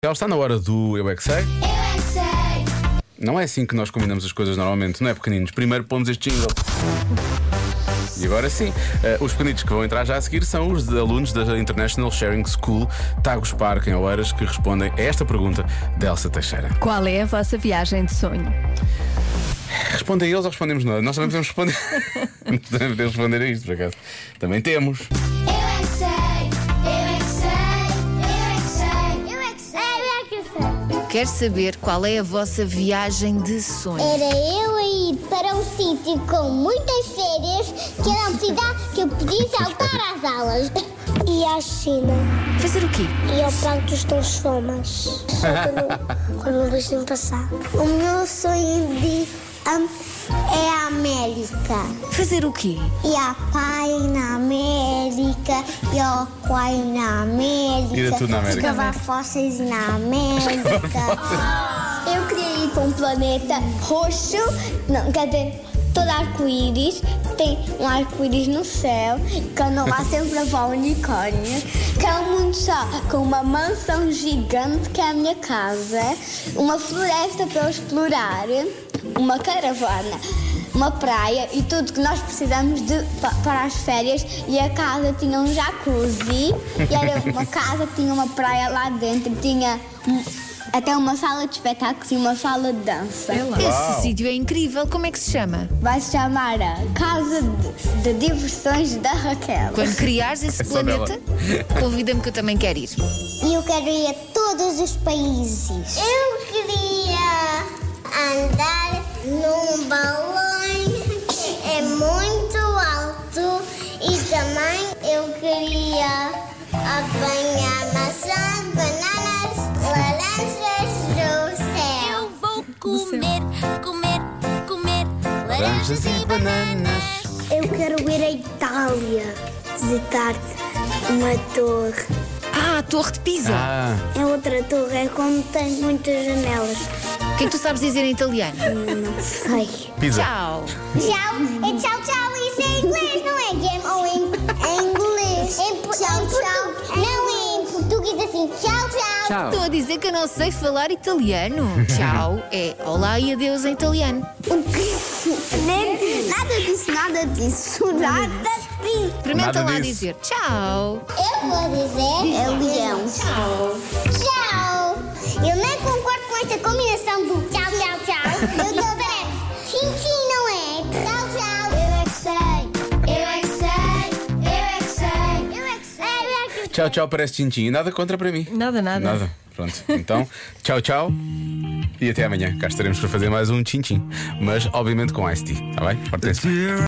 Já está na hora do Eu é que Sei. Eu é que sei. Não é assim que nós combinamos as coisas normalmente, não é, pequeninos? Primeiro pomos este jingle. E agora sim, os pequeninos que vão entrar já a seguir são os alunos da International Sharing School Tagus Park em Oeiras, que respondem a esta pergunta de Elsa Teixeira. Qual é a vossa viagem de sonho? Respondem eles ou respondemos nós? Nós também podemos responder. Também podemos responder a isto, por acaso. Também temos. Eu é que sei. Eu é que sei. Eu é que sei. Eu é que sei. Eu é que sei. Quero saber qual é a vossa viagem de sonho. Era eu a ir para um sítio com muitas férias que eu podia saltar às aulas. E à China. Fazer o quê? E ao Parque dos Transformas. Só quando não deixem passar. O meu sonho é a América. Fazer o quê? E a pai na América. E ao Quai na América. Ir a tudo na América. Escavar fósseis na América. Eu queria ir para um planeta roxo. Não, quer dizer, todo arco-íris. Tem um arco-íris no céu. Que andam lá sempre a voar unicórnios. Que é um mundo só, com uma mansão gigante que é a minha casa. Uma floresta para eu explorar. Uma caravana, uma praia e tudo que nós precisamos para as férias. E a casa tinha um jacuzzi. E era uma casa que tinha uma praia lá dentro. Tinha até uma sala de espetáculos e uma sala de dança. Esse sítio é incrível. Como é que se chama? Vai se chamar a Casa de Diversões da Raquel. Quando criares esse só planeta, convida-me que eu também quero ir. E eu quero ir a todos os países. Eu queria andar num balão. É muito alto. E também eu queria apanhar maçãs, bananas, laranjas do céu. Eu vou comer laranjas e bananas. Eu quero ir à Itália visitar uma torre. Ah, a Torre de Pisa. É outra torre, é como tem muitas janelas. O que é que tu sabes dizer em italiano? Não sei. Pisa. Tchau. Tchau, é tchau, tchau. Isso é inglês, não é? Game ou em inglês? Tchau, tchau. Não é em português assim. Tchau, tchau. Estou a dizer que eu não sei falar italiano. Tchau é olá e adeus em italiano. Nada disso, nada disso. Nada disso. Experimenta Nada lá disso. dizer tchau. Eu vou dizer é leão. Tchau. Tchau. Eu nem concordo com esta combinação do tchau, tchau, tchau. Eu tô breve. Tchim, tchim, não é? Tchau, tchau. Eu é que sei. Eu é que sei. Eu é que sei. Eu é que sei. Eu é que sei. Tchau, tchau, parece tchim-tchim. E nada contra para mim. Nada. Nada. Pronto. Então, tchau, tchau. E até amanhã. Cá estaremos para fazer mais um tchim-tchim. Mas, obviamente, com Ice Tea. Está bem? Portem-se bem.